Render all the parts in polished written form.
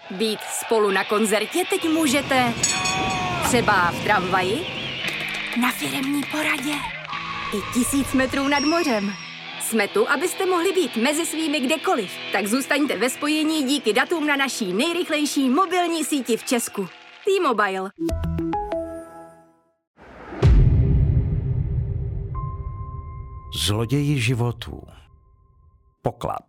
Být spolu na koncertě teď můžete třeba v tramvaji, na firemní poradě i 1000 metrů nad mořem. Jsme tu, abyste mohli být mezi svými kdekoliv. Tak zůstaňte ve spojení díky datům na naší nejrychlejší mobilní síti v Česku. T-Mobile. Zloději životů. Poklad.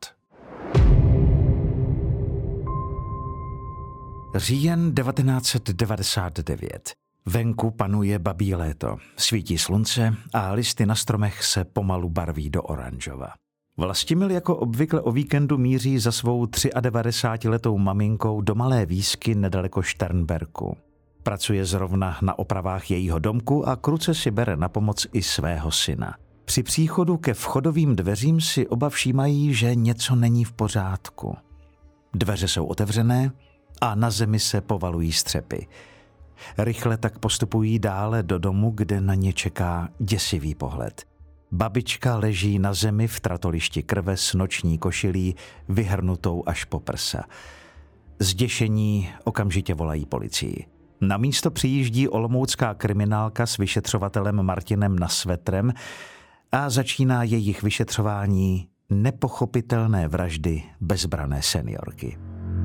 Říjen 1999. Venku panuje babí léto. Svítí slunce a listy na stromech se pomalu barví do oranžova. Vlastimil jako obvykle o víkendu míří za svou 93letou maminkou do malé výsky nedaleko Šternberku. Pracuje zrovna na opravách jejího domku a kruce si bere na pomoc i svého syna. Při příchodu ke vchodovým dveřím si oba všímají, že něco není v pořádku. Dveře jsou otevřené a na zemi se povalují střepy. Rychle tak postupují dále do domu, kde na ně čeká děsivý pohled. Babička leží na zemi v tratolišti krve s noční košilí, vyhrnutou až po prsa. Zděšení okamžitě volají policii. Na místo přijíždí olomoucká kriminálka s vyšetřovatelem Martinem Nasvetrem a začíná jejich vyšetřování nepochopitelné vraždy bezbranné seniorky.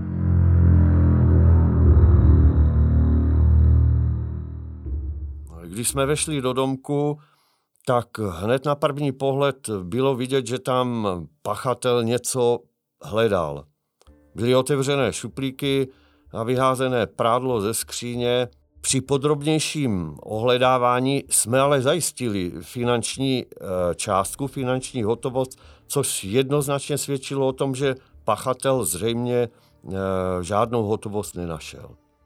Když jsme vešli do domku, tak hned na první pohled bylo vidět, že tam pachatel něco hledal. Byly otevřené šuplíky a vyházené prádlo ze skříně. Při podrobnějším ohledávání jsme ale zajistili finanční částku, finanční hotovost, což jednoznačně svědčilo o tom, že pachatel zřejmě žádnou hotovost nenašel.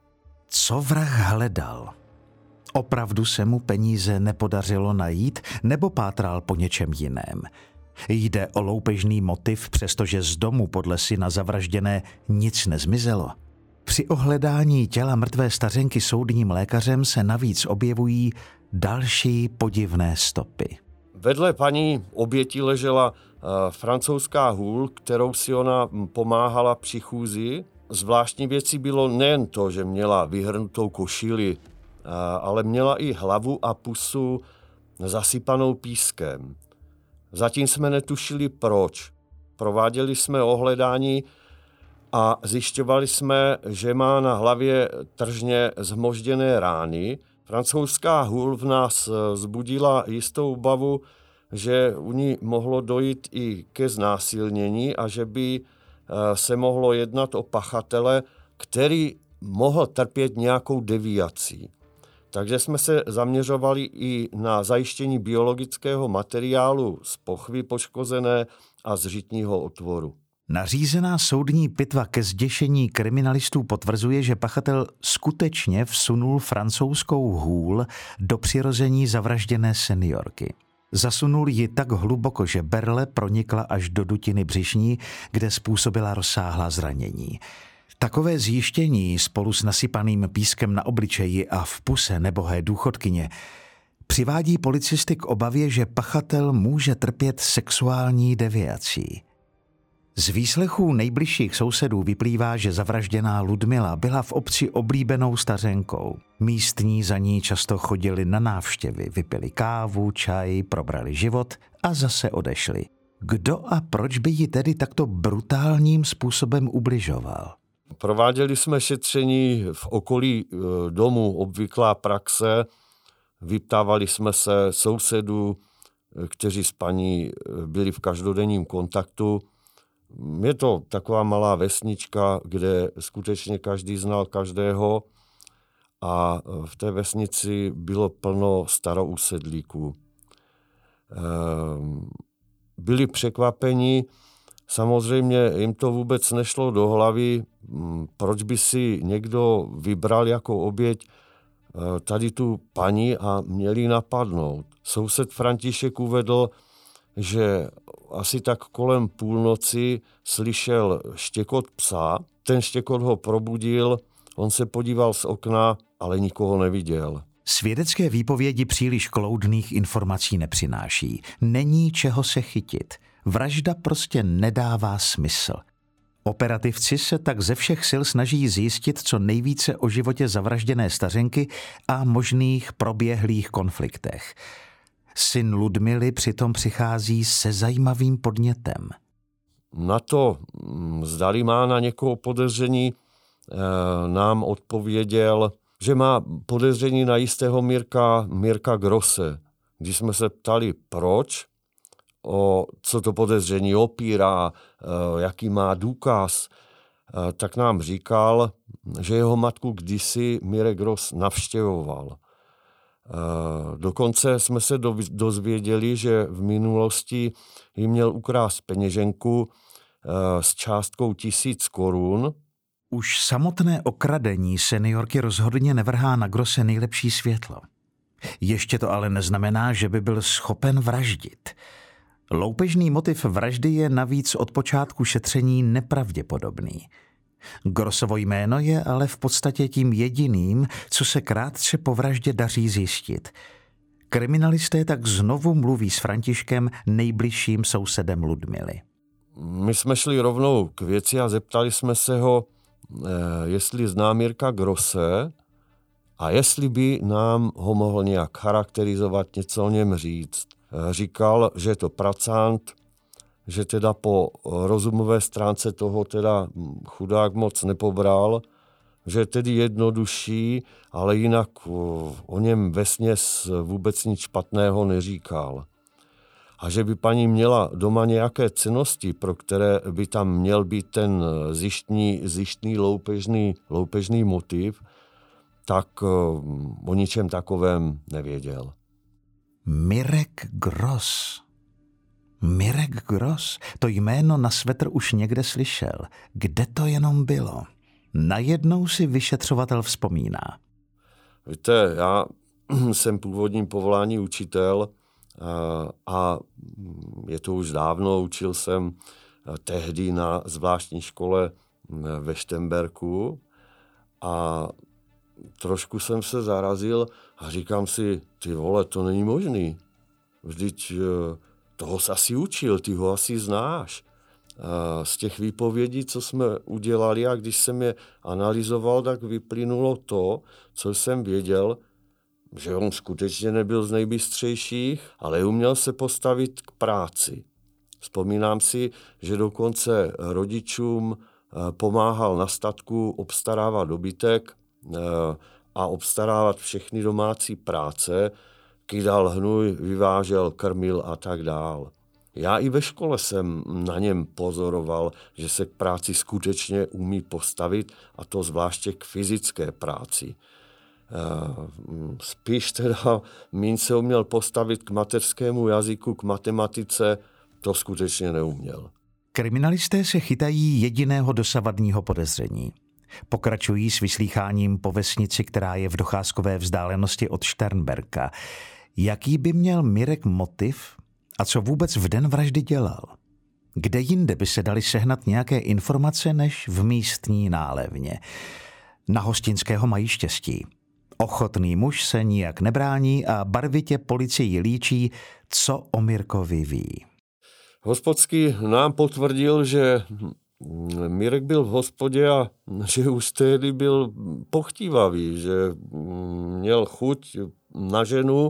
Co vrah hledal? Opravdu se mu peníze nepodařilo najít, nebo pátral po něčem jiném? Jde o loupežný motiv, přestože z domu podle syna zavražděné nic nezmizelo. Při ohledání těla mrtvé stařenky soudním lékařem se navíc objevují další podivné stopy. Vedle paní oběti ležela francouzská hůl, kterou si ona pomáhala při chůzi. Zvláštní věcí bylo nejen to, že měla vyhrnutou košili, ale měla i hlavu a pusu zasypanou pískem. Zatím jsme netušili proč. Prováděli jsme ohledání a zjišťovali jsme, že má na hlavě tržně zmožděné rány. Francouzská hůl v nás vzbudila jistou obavu, že u ní mohlo dojít i ke znásilnění a že by se mohlo jednat o pachatele, který mohl trpět nějakou deviací. Takže jsme se zaměřovali i na zajištění biologického materiálu z pochvy poškozené a z řitního otvoru. Nařízená soudní pitva ke zděšení kriminalistů potvrzuje, že pachatel skutečně vsunul francouzskou hůl do přirození zavražděné seniorky. Zasunul ji tak hluboko, že berle pronikla až do dutiny břišní, kde způsobila rozsáhlá zranění. Takové zjištění spolu s nasypaným pískem na obličeji a v puse nebohé důchodkyně přivádí policisty k obavě, že pachatel může trpět sexuální deviací. Z výslechů nejbližších sousedů vyplývá, že zavražděná Ludmila byla v obci oblíbenou stařenkou. Místní za ní často chodili na návštěvy, vypili kávu, čaj, probrali život a zase odešli. Kdo a proč by ji tedy takto brutálním způsobem ubližoval? Prováděli jsme šetření v okolí domu, obvyklá praxe. Vyptávali jsme se sousedů, kteří s paní byli v každodenním kontaktu. Je to taková malá vesnička, kde skutečně každý znal každého a v té vesnici bylo plno starousedlíků. Byli překvapeni, samozřejmě jim to vůbec nešlo do hlavy, proč by si někdo vybral jako oběť tady tu paní a měli napadnout. Soused František uvedl, že asi tak kolem půlnoci slyšel štěkot psa. Ten štěkot ho probudil, on se podíval z okna, ale nikoho neviděl. Svědecké výpovědi příliš kloudných informací nepřináší. Není čeho se chytit. Vražda prostě nedává smysl. Operativci se tak ze všech sil snaží zjistit co nejvíce o životě zavražděné stařenky a možných proběhlých konfliktech. Syn Ludmily přitom přichází se zajímavým podnětem. Na to, zdali má na někoho podezření, nám odpověděl, že má podezření na jistého Mirka Grosse. Když jsme se ptali, proč, co to podezření opírá, jaký má důkaz, tak nám říkal, že jeho matku kdysi Mirek Gross navštěvoval. Dokonce jsme se dozvěděli, že v minulosti jí měl ukrást peněženku s částkou 1000 korun. Už samotné okradení seniorky rozhodně nevrhá na Grosse nejlepší světlo. Ještě to ale neznamená, že by byl schopen vraždit. Loupežný motiv vraždy je navíc od počátku šetření nepravděpodobný. Grossovo jméno je ale v podstatě tím jediným, co se krátce po vraždě daří zjistit. Kriminalisté tak znovu mluví s Františkem, nejbližším sousedem Ludmily. My jsme šli rovnou k věci a zeptali jsme se ho, jestli zná Mirka Grosse a jestli by nám ho mohl nějak charakterizovat, něco o něm říct. Říkal, že je to pracant, že teda po rozumové stránce toho teda chudák moc nepobral, že je tedy jednodušší, ale jinak o něm vesměs vůbec nic špatného neříkal. A že by paní měla doma nějaké cennosti, pro které by tam měl být ten zištný loupežný motiv, tak o ničem takovém nevěděl. Mirek Gross. Mirek Gross, to jméno na svetr už někde slyšel. Kde to jenom bylo? Najednou si vyšetřovatel vzpomíná. Víte, já jsem původním povolání učitel a je to už dávno, učil jsem tehdy na zvláštní škole ve Štemberku a trošku jsem se zarazil a říkám si, ty vole, to není možný. Vždyť toho jsi asi učil, ty ho asi znáš. Z těch výpovědí, co jsme udělali a když jsem je analyzoval, tak vyplynulo to, co jsem věděl, že on skutečně nebyl z nejbystřejších, ale uměl se postavit k práci. Vzpomínám si, že dokonce rodičům pomáhal na statku obstarávat dobytek a obstarávat všechny domácí práce, kydal hnůj, vyvážel, krmil a tak dál. Já i ve škole jsem na něm pozoroval, že se k práci skutečně umí postavit, a to zvláště k fyzické práci. Spíš teda míň se uměl postavit k mateřskému jazyku, k matematice, to skutečně neuměl. Kriminalisté se chytají jediného dosavadního podezření. Pokračují s vyslýcháním po vesnici, která je v docházkové vzdálenosti od Šternberka. Jaký by měl Mirek motiv a co vůbec v den vraždy dělal? Kde jinde by se dali sehnat nějaké informace než v místní nálevně? Na Hostinského mají štěstí. Ochotný muž se nijak nebrání a barvitě policii líčí, co o Mirkovi ví. Hospodský nám potvrdil, že Mirek byl v hospodě a že už tehdy byl pochtívavý, že měl chuť na ženu,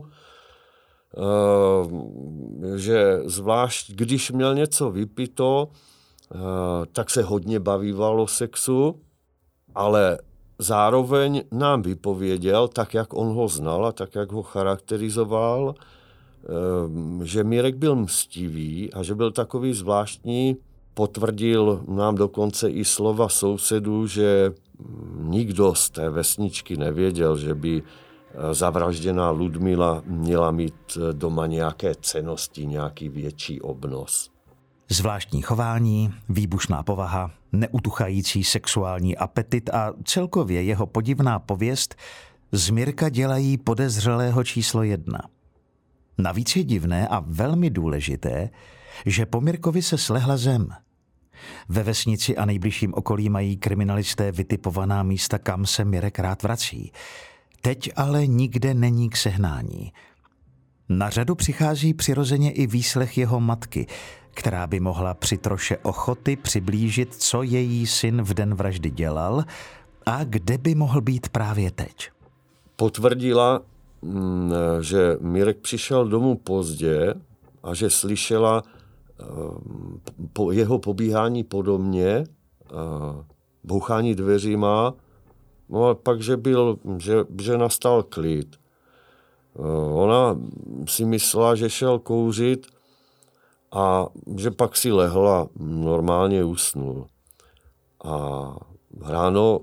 že zvlášť když měl něco vypito, tak se hodně bavíval o sexu, ale zároveň nám vypověděl, tak jak on ho znal a tak jak ho charakterizoval, že Mirek byl mstivý a že byl takový zvláštní. Potvrdil nám dokonce i slova sousedů, že nikdo z té vesničky nevěděl, že by zavražděná Ludmila měla mít doma nějaké cennosti, nějaký větší obnos. Zvláštní chování, výbušná povaha, neutuchající sexuální apetit a celkově jeho podivná pověst z Mirka dělají podezřelého číslo 1. Navíc je divné a velmi důležité, že po Mirkovi se slehla zem. Ve vesnici a nejbližším okolí mají kriminalisté vytipovaná místa, kam se Mirek rád vrací. Teď ale nikde není k sehnání. Na řadu přichází přirozeně i výslech jeho matky, která by mohla při troše ochoty přiblížit, co její syn v den vraždy dělal a kde by mohl být právě teď. Potvrdila, že Mirek přišel domů pozdě a že slyšela jeho pobíhání po domě, bouchání dveřima, no a pak, že nastal klid. Ona si myslela, že šel kouřit a že pak si lehla, normálně usnul. A ráno,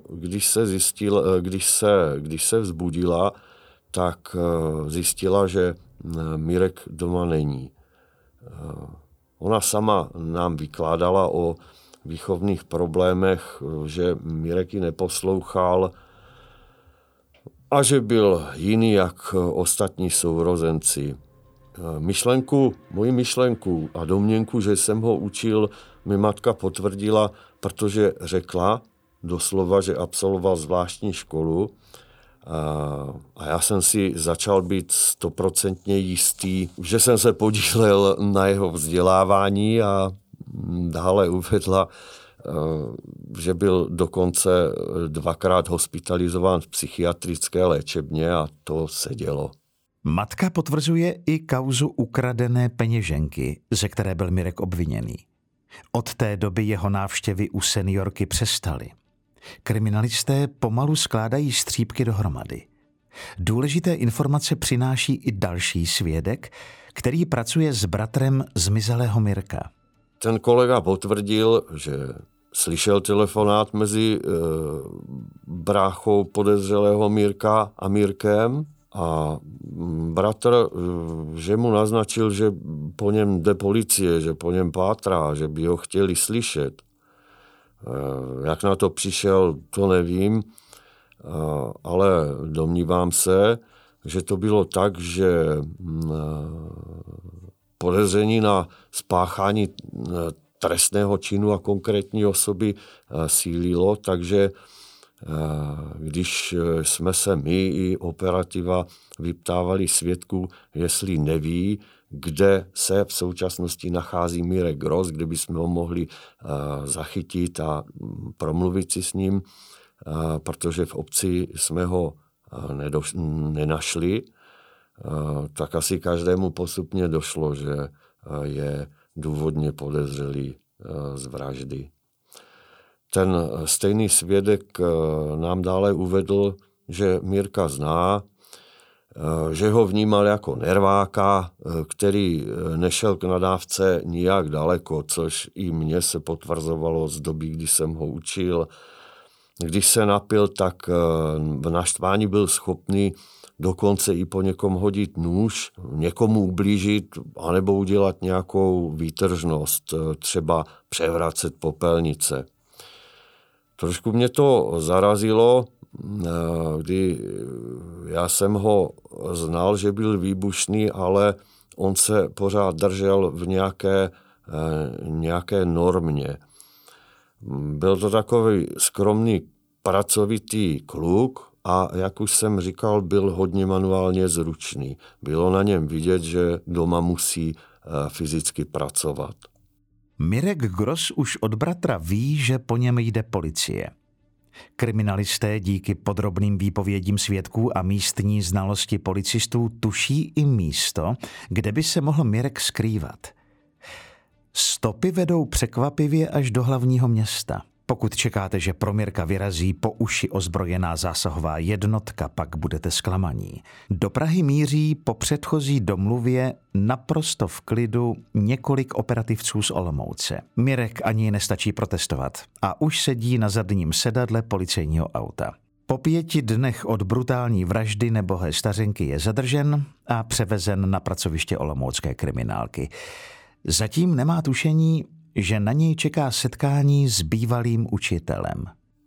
když se vzbudila, tak zjistila, že Mirek doma není. Ona sama nám vykládala o výchovných problémech, že Mirek ji neposlouchal a že byl jiný jak ostatní sourozenci. Moji myšlenku a domněnku, že jsem ho učil, mi matka potvrdila, protože řekla doslova, že absolvoval zvláštní školu a já jsem si začal být 100% jistý, že jsem se podílel na jeho vzdělávání a dále uvedla, že byl dokonce 2krát hospitalizován v psychiatrické léčebně a to se dělo. Matka potvrzuje i kauzu ukradené peněženky, ze které byl Mirek obviněný. Od té doby jeho návštěvy u seniorky přestaly. Kriminalisté pomalu skládají střípky dohromady. Důležité informace přináší i další svědek, který pracuje s bratrem zmizelého Mirka. Ten kolega potvrdil, že slyšel telefonát mezi bráchou podezřelého Mirka a Mirkem a bratr, že mu naznačil, že po něm jde policie, že po něm pátrá, že by ho chtěli slyšet. Jak na to přišel, to nevím, ale domnívám se, že to bylo tak, že podezření na spáchání trestného činu a konkrétní osoby sílilo, takže když jsme se my i operativa vyptávali svědků, jestli neví, kde se v současnosti nachází Mirek Gross, kde bychom ho mohli zachytit a promluvit si s ním, protože v obci jsme ho nenašli, tak asi každému postupně došlo, že je důvodně podezřelý z vraždy. Ten stejný svědek nám dále uvedl, že Mirka zná, že ho vnímal jako nerváka, který nešel k nadávce nijak daleko, což i mně se potvrzovalo z doby, kdy jsem ho učil. Když se napil, tak v naštvání byl schopný dokonce i po někom hodit nůž, někomu ublížit, anebo udělat nějakou výtržnost, třeba převracet popelnice. Trošku mě to zarazilo, kdy já jsem ho znal, že byl výbušný, ale on se pořád držel v nějaké normě. Byl to takový skromný, pracovitý kluk a jak už jsem říkal, byl hodně manuálně zručný. Bylo na něm vidět, že doma musí fyzicky pracovat. Mirek Gross už od bratra ví, že po něm jde policie. Kriminalisté díky podrobným výpovědím svědků a místní znalosti policistů tuší i místo, kde by se mohl Mirek skrývat. Stopy vedou překvapivě až do hlavního města. Pokud čekáte, že pro Mirka vyrazí po uši ozbrojená zásahová jednotka, pak budete zklamaní. Do Prahy míří po předchozí domluvě naprosto v klidu několik operativců z Olomouce. Mirek ani nestačí protestovat a už sedí na zadním sedadle policejního auta. Po 5 dnech od brutální vraždy nebohé stařenky je zadržen a převezen na pracoviště olomoucké kriminálky. Zatím nemá tušení, že na něj čeká setkání s bývalým učitelem.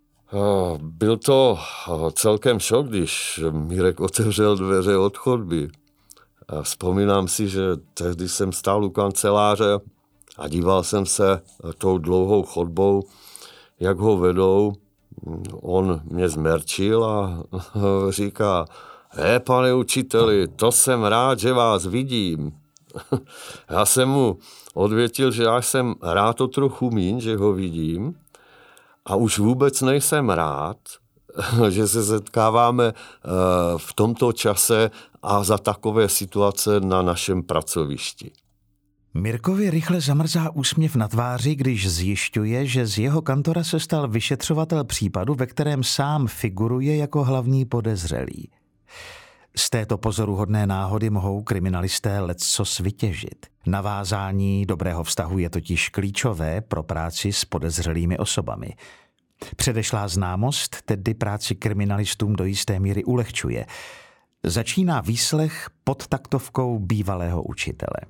Byl to celkem šok, když Mirek otevřel dveře od chodby. Vzpomínám si, že tehdy jsem stál u kanceláře a díval jsem se tou dlouhou chodbou, jak ho vedou. On mě zmerčil a říká: pane učiteli, to jsem rád, že vás vidím. Já jsem mu odvětil, že já jsem rád o trochu míň, že ho vidím a už vůbec nejsem rád, že se setkáváme v tomto čase a za takové situace na našem pracovišti. Mirkovi rychle zamrzá úsměv na tváři, když zjišťuje, že z jeho kantora se stal vyšetřovatel případu, ve kterém sám figuruje jako hlavní podezřelý. Z této pozoruhodné náhody mohou kriminalisté leccos vytěžit. Navázání dobrého vztahu je totiž klíčové pro práci s podezřelými osobami. Předešlá známost tedy práci kriminalistům do jisté míry ulehčuje. Začíná výslech pod taktovkou bývalého učitele.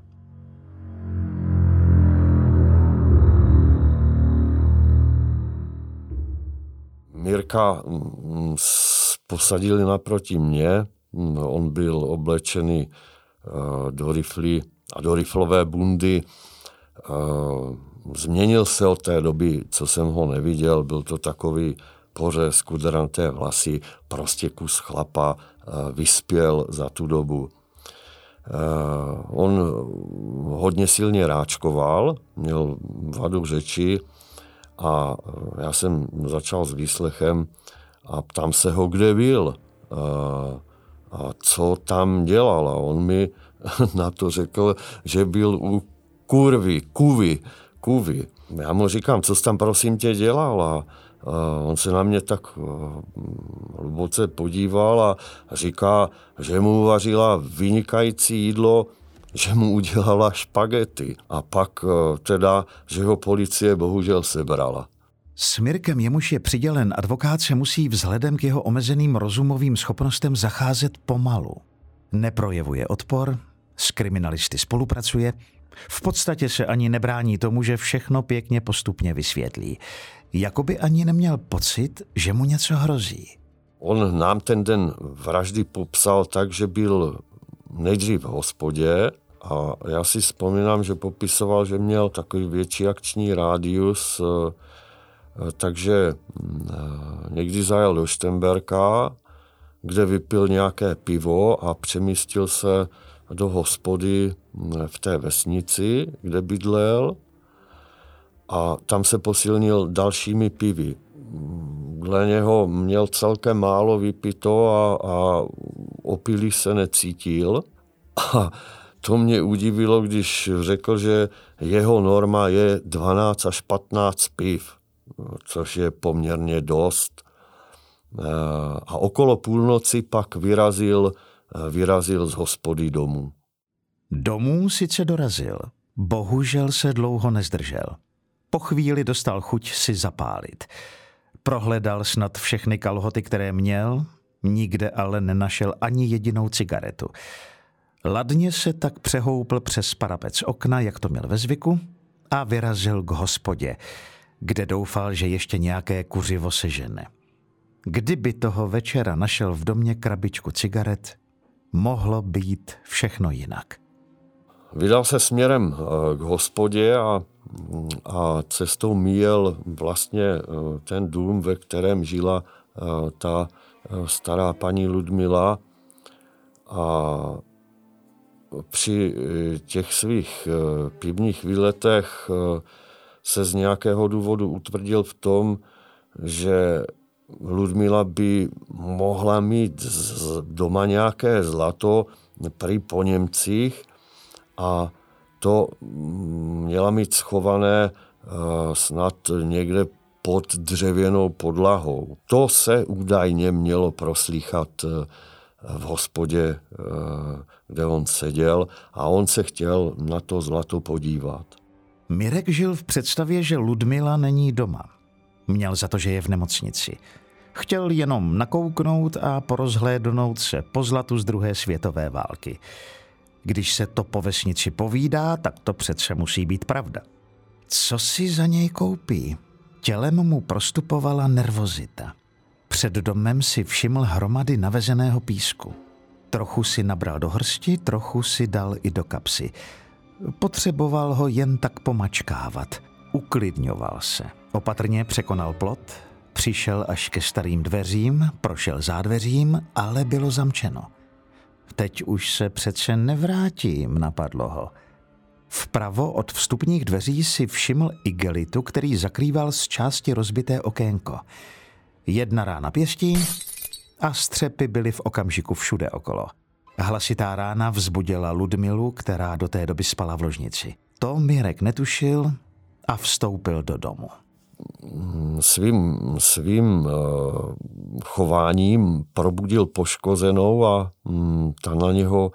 Mirka posadili naproti mě, on byl oblečený do rifly a do riflové bundy. Změnil se od té doby, co jsem ho neviděl, byl to takový pořez, kudrnaté vlasy, prostě kus chlapa, vyspěl za tu dobu. On hodně silně ráčkoval, měl vadu řeči a já jsem začal s výslechem a ptám se ho, kde byl a co tam dělal. A on mi na to řekl, že byl u Kuvy. Já mu říkám, co jsi tam prosím tě dělal? A on se na mě tak hluboce podíval a říká, že mu vařila vynikající jídlo, že mu udělala špagety a pak teda, že ho policie bohužel sebrala. S Mirkem, jemuž je přidělen advokát, se musí vzhledem k jeho omezeným rozumovým schopnostem zacházet pomalu. Neprojevuje odpor, s kriminalisty spolupracuje, v podstatě se ani nebrání tomu, že všechno pěkně postupně vysvětlí. Jakoby ani neměl pocit, že mu něco hrozí. On nám ten den vraždy popsal tak, že byl nejdřív v hospodě a já si vzpomínám, že popisoval, že měl takový větší akční rádius, takže někdy zajel do Štemberka, kde vypil nějaké pivo a přemístil se do hospody v té vesnici, kde bydlel a tam se posilnil dalšími pivy. Dle něho měl celkem málo vypito a opilý se necítil. A to mě udivilo, když řekl, že jeho norma je 12 až 15 piv, což je poměrně dost. A okolo půlnoci pak vyrazil z hospody domů. Domů sice dorazil, bohužel se dlouho nezdržel. Po chvíli dostal chuť si zapálit. Prohledal snad všechny kalhoty, které měl, nikde ale nenašel ani jedinou cigaretu. Ladně se tak přehoupl přes parapet z okna, jak to měl ve zvyku, a vyrazil k hospodě, kde doufal, že ještě nějaké kuřivo sežene. Kdyby toho večera našel v domě krabičku cigaret, mohlo být všechno jinak. Vydal se směrem k hospodě a cestou míjel vlastně ten dům, ve kterém žila ta stará paní Ludmila. A při těch svých pivních výletech se z nějakého důvodu utvrdil v tom, že Ludmila by mohla mít doma nějaké zlato prý po Němcích a to měla mít schované snad někde pod dřevěnou podlahou. To se údajně mělo proslýchat v hospodě, kde on seděl a on se chtěl na to zlato podívat. Mirek žil v představě, že Ludmila není doma. Měl za to, že je v nemocnici. Chtěl jenom nakouknout a porozhlédnout se po zlatu z druhé světové války. Když se to po vesnici povídá, tak to přece musí být pravda. Co si za něj koupí? Tělem mu prostupovala nervozita. Před domem si všiml hromady navezeného písku. Trochu si nabral do hrsti, trochu si dal i do kapsy. Potřeboval ho jen tak pomačkávat. Uklidňoval se. Opatrně překonal plot, přišel až ke starým dveřím, prošel zádveřím, ale bylo zamčeno. Teď už se přece nevrátím, napadlo ho. Vpravo od vstupních dveří si všiml igelitu, který zakrýval z části rozbité okénko. Jedna rána pěstí a střepy byly v okamžiku všude okolo. Hlasitá rána vzbudila Ludmilu, která do té doby spala v ložnici. To Mirek netušil a vstoupil do domu. Svým chováním probudil poškozenou a ta na něho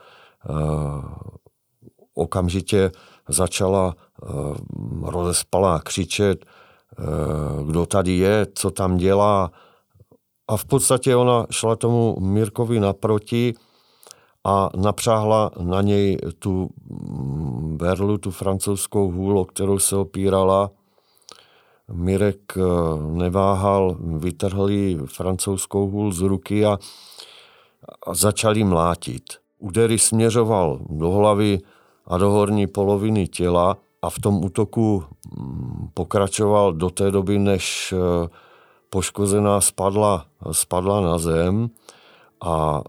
okamžitě začala rozespalá křičet, kdo tady je, co tam dělá. A v podstatě ona šla tomu Mirkovi naproti a napřáhla na něj tu berlu, tu francouzskou hůl, o kterou se opírala. Mirek neváhal, vytrhl jí francouzskou hůl z ruky a začal jí mlátit. Údery směřoval do hlavy a do horní poloviny těla a v tom útoku pokračoval do té doby, než poškozená spadla na zem a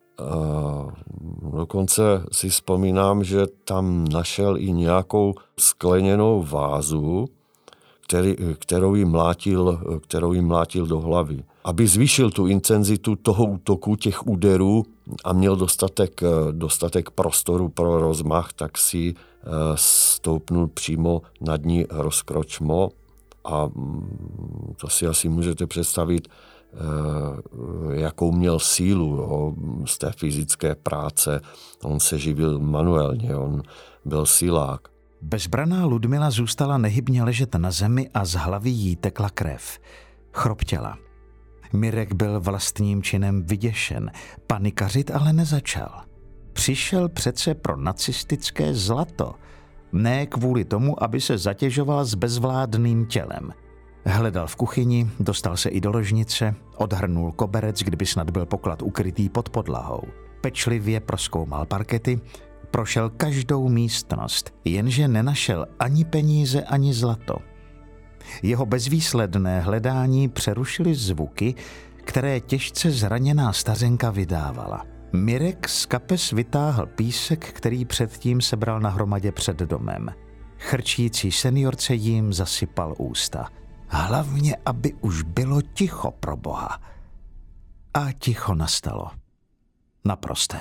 dokonce si vzpomínám, že tam našel i nějakou skleněnou vázu, kterou jí mlátil do hlavy. Aby zvýšil tu intenzitu toho útoku, těch úderů a měl dostatek prostoru pro rozmach, tak si stoupnul přímo nad ní rozkročmo a to si asi můžete představit, jakou měl sílu z té fyzické práce. On se živil manuálně, on byl silák. Bezbraná Ludmila zůstala nehybně ležet na zemi a z hlavy jí tekla krev. Chroptěla. Mirek byl vlastním činem vyděšen. Panikařit ale nezačal. Přišel přece pro nacistické zlato. Ne kvůli tomu, aby se zatěžoval s bezvládným tělem. Hledal v kuchyni, dostal se i do ložnice, odhrnul koberec, kdyby snad byl poklad ukrytý pod podlahou. Pečlivě prozkoumal parkety, prošel každou místnost, jenže nenašel ani peníze, ani zlato. Jeho bezvýsledné hledání přerušily zvuky, které těžce zraněná stařenka vydávala. Mirek z kapes vytáhl písek, který předtím sebral na hromadě před domem. Chrčící seniorce jim zasypal ústa. Hlavně, aby už bylo ticho, pro Boha. A ticho nastalo. Naprosté.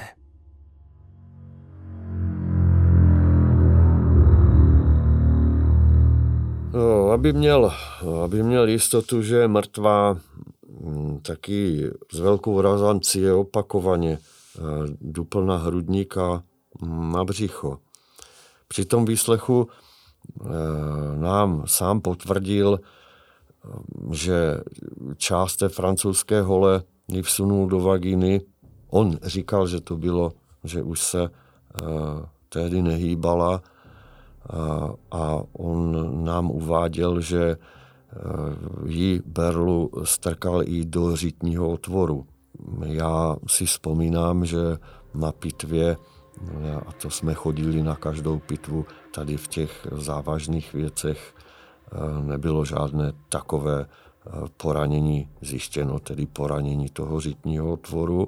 No, aby měl jistotu, že je mrtvá, taky s velkou razancí je opakovaně dupl na hrudník a na břicho. Při tom výslechu nám sám potvrdil, že část té francouzské hole ji vsunul do vagíny. On říkal, že to bylo, že už se tehdy nehýbala a on nám uváděl, že jí berlu strkal i do řitního otvoru. Já si vzpomínám, že na pitvě, a to jsme chodili na každou pitvu, tady v těch závažných věcech nebylo žádné takové poranění zjištěno, tedy poranění toho řitního otvoru.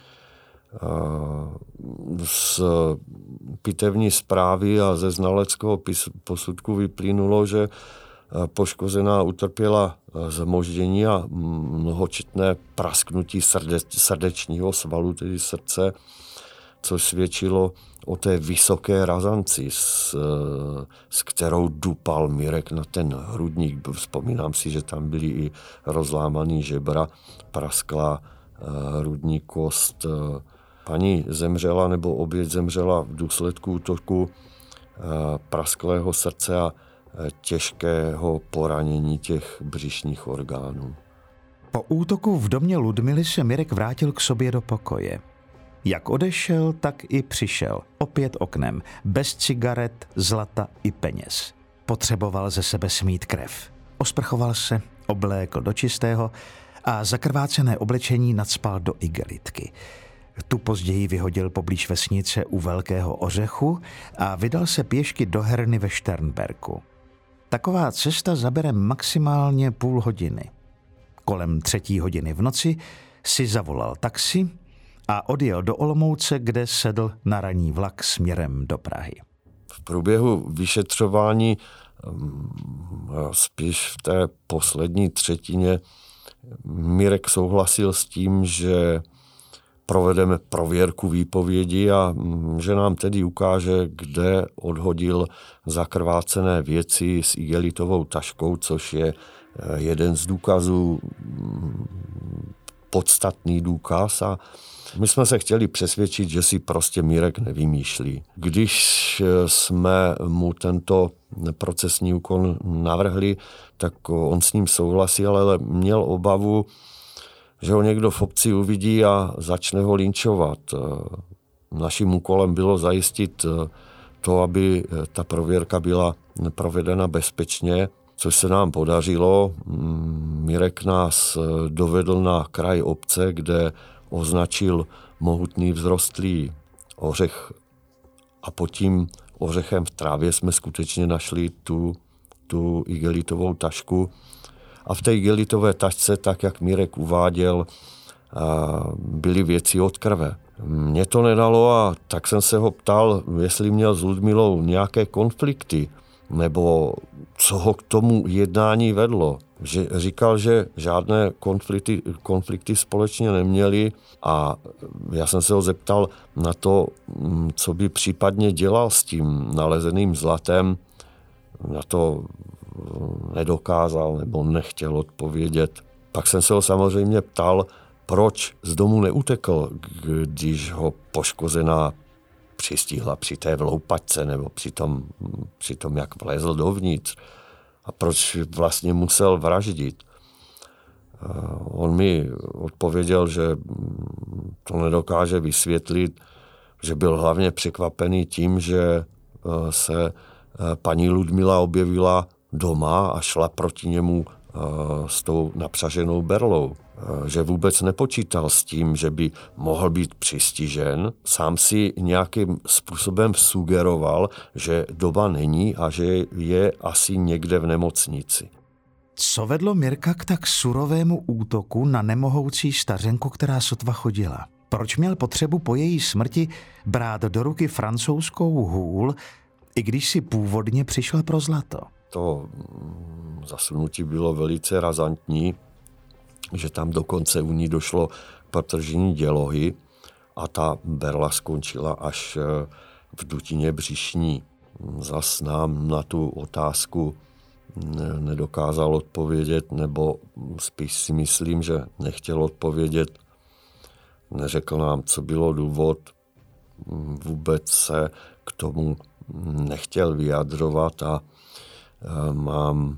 Z pitevní zprávy a ze znaleckého posudku vyplynulo, že poškozená utrpěla zmoždění a mnohočetné prasknutí srdečního svalu, tedy srdce, což svědčilo o té vysoké razanci, s kterou dupal Mirek na ten hrudník. Vzpomínám si, že tam byly i rozlámaný žebra, prasklá hrudní kost. Paní zemřela, nebo oběť zemřela v důsledku útoku prasklého srdce a těžkého poranění těch břišních orgánů. Po útoku v domě Ludmily se Mirek vrátil k sobě do pokoje. Jak odešel, tak i přišel. Opět oknem, bez cigaret, zlata i peněz. Potřeboval ze sebe smít krev. Osprchoval se, oblékl do čistého a zakrvácené oblečení nacpal do igelitky. Tu později vyhodil poblíž vesnice u Velkého Ořechu a vydal se pěšky do herny ve Šternberku. Taková cesta zabere maximálně půl hodiny. Kolem 3. hodiny v noci si zavolal taxi a odjel do Olomouce, kde sedl na ranní vlak směrem do Prahy. V průběhu vyšetřování, spíš v té poslední třetině, Mirek souhlasil s tím, že provedeme prověrku výpovědi a že nám tedy ukáže, kde odhodil zakrvácené věci s igelitovou taškou, což je jeden z důkazů, podstatný důkaz, a my jsme se chtěli přesvědčit, že si prostě Mirek nevymýšlí. Když jsme mu tento procesní úkon navrhli, tak on s ním souhlasil, ale měl obavu, že ho někdo v obci uvidí a začne ho linčovat. Naším úkolem bylo zajistit to, aby ta prověrka byla provedena bezpečně, což se nám podařilo. Mirek nás dovedl na kraj obce, kde označil mohutný vzrostlý ořech a pod tím ořechem v trávě jsme skutečně našli tu igelitovou tašku. A v té igelitové tašce, tak jak Mirek uváděl, byly věci od krve. Mně to nedalo a tak jsem se ho ptal, jestli měl s Ludmilou nějaké konflikty, nebo co ho k tomu jednání vedlo. Říkal, že žádné konflikty společně neměli a já jsem se ho zeptal na to, co by případně dělal s tím nalezeným zlatem. Na to nedokázal nebo nechtěl odpovědět. Pak jsem se ho samozřejmě ptal, proč z domu neutekl, když ho poškozená přistihla při té vloupačce nebo při tom, jak vlezl dovnitř. A proč vlastně musel vraždit. On mi odpověděl, že to nedokáže vysvětlit, že byl hlavně překvapený tím, že se paní Ludmila objevila doma a šla proti němu s tou napřaženou berlou. Že vůbec nepočítal s tím, že by mohl být přistižen. Sám si nějakým způsobem sugeroval, že doba není a že je asi někde v nemocnici. Co vedlo Mirka k tak surovému útoku na nemohoucí stařenku, která sotva chodila? Proč měl potřebu po její smrti brát do ruky francouzskou hůl, i když si původně přišel pro zlato? To zasunutí bylo velice razantní, že tam dokonce u ní došlo k protržení dělohy a ta berla skončila až v dutině břišní. Zas nám na tu otázku nedokázal odpovědět, nebo spíš si myslím, že nechtěl odpovědět. Neřekl nám, co bylo důvod. Vůbec se k tomu nechtěl vyjadřovat a mám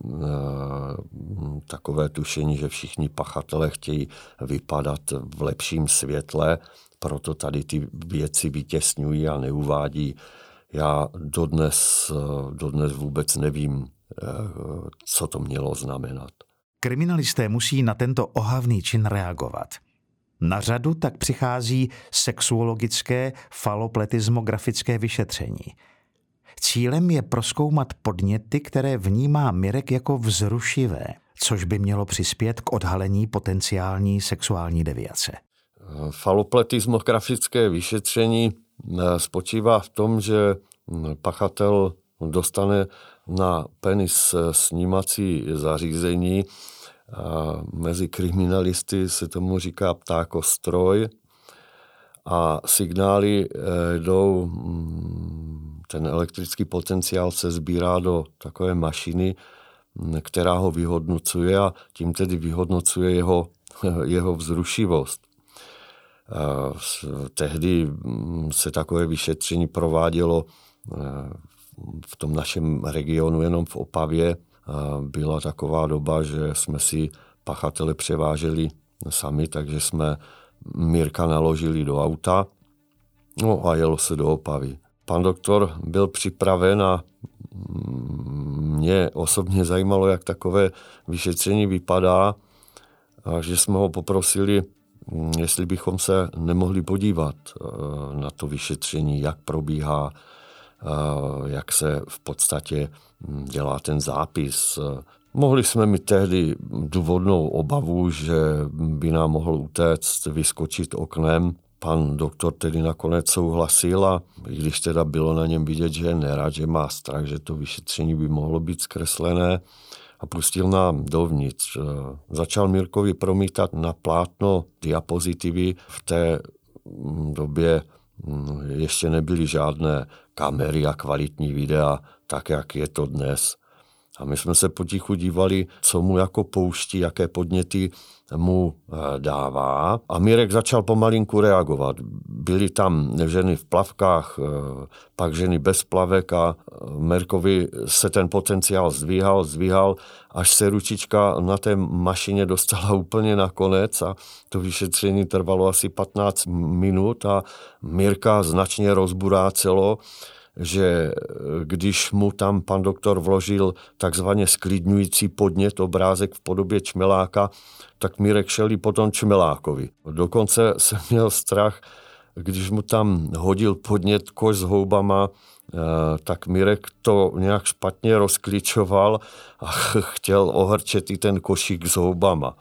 takové tušení, že všichni pachatelé chtějí vypadat v lepším světle, proto tady ty věci vytěsňují a neuvádí. Já dodnes vůbec nevím, co to mělo znamenat. Kriminalisté musí na tento ohavný čin reagovat. Na řadu tak přichází sexuologické falopletismografické vyšetření. Cílem je prozkoumat podněty, které vnímá Mirek jako vzrušivé, což by mělo přispět k odhalení potenciální sexuální deviace. Falopletismografické vyšetření spočívá v tom, že pachatel dostane na penis snímací zařízení. Mezi kriminalisty se tomu říká ptákostroj a signály jdou, ten elektrický potenciál se sbírá do takové mašiny, která ho vyhodnocuje a tím tedy vyhodnocuje jeho vzrušivost. Tehdy se takové vyšetření provádělo v tom našem regionu jenom v Opavě. Byla taková doba, že jsme si pachatele převáželi sami, takže jsme Mirka naložili do auta, no a jelo se do Opavy. Pan doktor byl připraven a mě osobně zajímalo, jak takové vyšetření vypadá, a že jsme ho poprosili, jestli bychom se nemohli podívat na to vyšetření, jak probíhá, jak se v podstatě dělá ten zápis Mohli jsme mít tehdy důvodnou obavu, že by nám mohl utéct, vyskočit oknem. Pan doktor tedy nakonec souhlasil a i když teda bylo na něm vidět, že je nerad, že má strach, že to vyšetření by mohlo být zkreslené, a pustil nám dovnitř. Začal Mirkovi promítat na plátno diapozitivy. V té době ještě nebyly žádné kamery a kvalitní videa, tak jak je to dnes. A my jsme se potichu dívali, co mu jako pouští, jaké podněty mu dává. A Mirek začal pomalinku reagovat. Byly tam ženy v plavkách, pak ženy bez plavek a Mirkovi se ten potenciál zdvíhal, až se ručička na té mašině dostala úplně na konec a to vyšetření trvalo asi 15 minut a Mirka značně rozburácelo, že když mu tam pan doktor vložil takzvaně sklidňující podnět, obrázek v podobě čmeláka, tak Mirek šel i po tom čmelákovi. Dokonce jsem měl strach, když mu tam hodil podnět koš s houbama, tak Mirek to nějak špatně rozklíčoval a chtěl ohrčet i ten košík s houbama.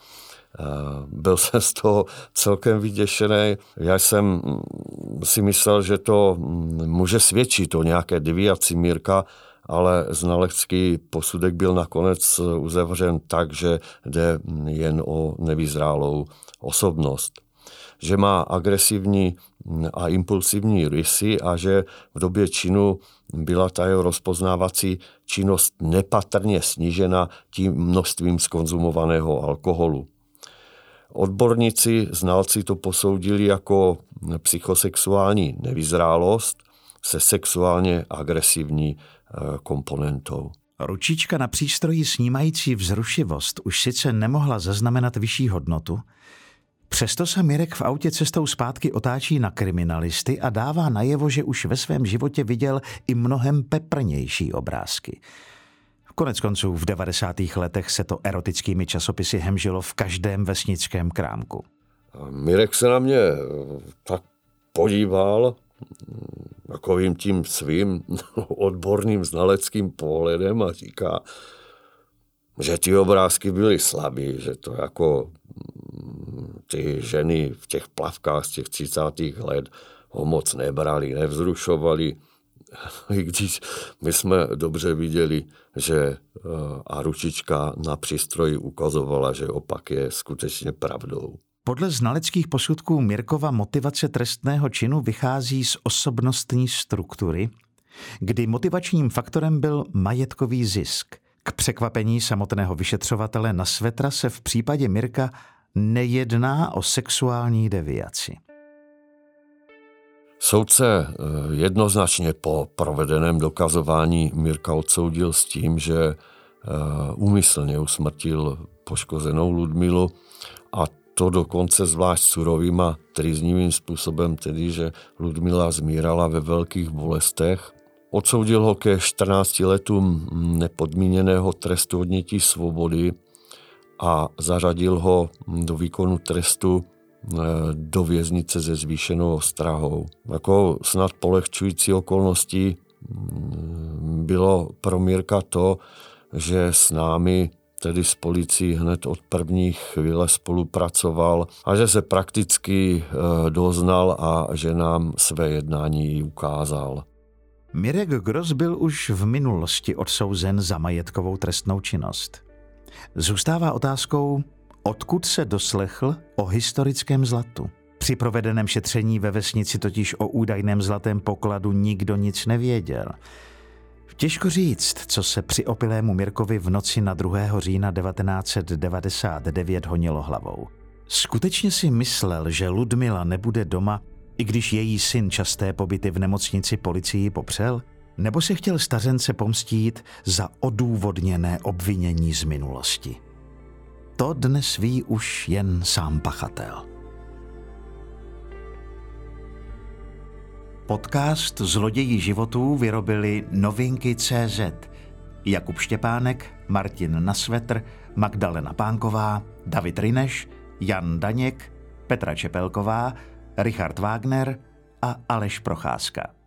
Byl jsem z toho celkem vyděšený. Já jsem si myslel, že to může svědčit o nějaké deviaci Mirka, ale znalecký posudek byl nakonec uzavřen tak, že jde jen o nevyzrálou osobnost. Že má agresivní a impulsivní rysy a že v době činu byla ta jeho rozpoznávací činnost nepatrně snížena tím množstvím zkonzumovaného alkoholu. Odborníci, znalci to posoudili jako psychosexuální nevyzrálost se sexuálně agresivní komponentou. Ručička na přístroji snímající vzrušivost už sice nemohla zaznamenat vyšší hodnotu, přesto se Mirek v autě cestou zpátky otáčí na kriminalisty a dává najevo, že už ve svém životě viděl i mnohem peprnější obrázky. Koneckonců v 90. letech se to erotickými časopisy hemžilo v každém vesnickém krámku. Mirek se na mě tak podíval takovým tím svým odborným znaleckým pohledem a říká, že ty obrázky byly slabý, že to jako ty ženy v těch plavkách z těch 30. let ho moc nebrali, nevzrušovali. I když my jsme dobře viděli, že a ručička na přístroji ukazovala, že opak je skutečně pravdou. Podle znaleckých posudků Mirkova motivace trestného činu vychází z osobnostní struktury, kdy motivačním faktorem byl majetkový zisk. K překvapení samotného vyšetřovatele Nasvetra se v případě Mirka nejedná o sexuální deviaci. Soudce jednoznačně po provedeném dokazování Mirka odsoudil s tím, že úmyslně usmrtil poškozenou Ludmilu a to dokonce zvlášť surovým a trýznivým způsobem, tedy že Ludmila zmírala ve velkých bolestech. Odsoudil ho ke 14 letům nepodmíněného trestu odnětí svobody a zařadil ho do výkonu trestu do věznice se zvýšenou ostrahou. Jako snad polehčující okolností bylo pro Mirka to, že s námi, tedy s policií, hned od první chvíle spolupracoval a že se prakticky doznal a že nám své jednání ukázal. Mirek Gross byl už v minulosti odsouzen za majetkovou trestnou činnost. Zůstává otázkou, odkud se doslechl o historickém zlatu. Při provedeném šetření ve vesnici totiž o údajném zlatém pokladu nikdo nic nevěděl. Těžko říct, co se při opilému Mirkovi v noci na 2. října 1999 honilo hlavou. Skutečně si myslel, že Ludmila nebude doma, i když její syn časté pobyty v nemocnici policii popřel? Nebo se chtěl stařence pomstít za odůvodněné obvinění z minulosti? To dnes ví už jen sám pachatel. Podcast Zloději životů vyrobili Novinky.cz. Jakub Štěpánek, Martin Nasvetr, Magdalena Pánková, David Ryneš, Jan Daněk, Petra Čepelková, Richard Wagner a Aleš Procházka.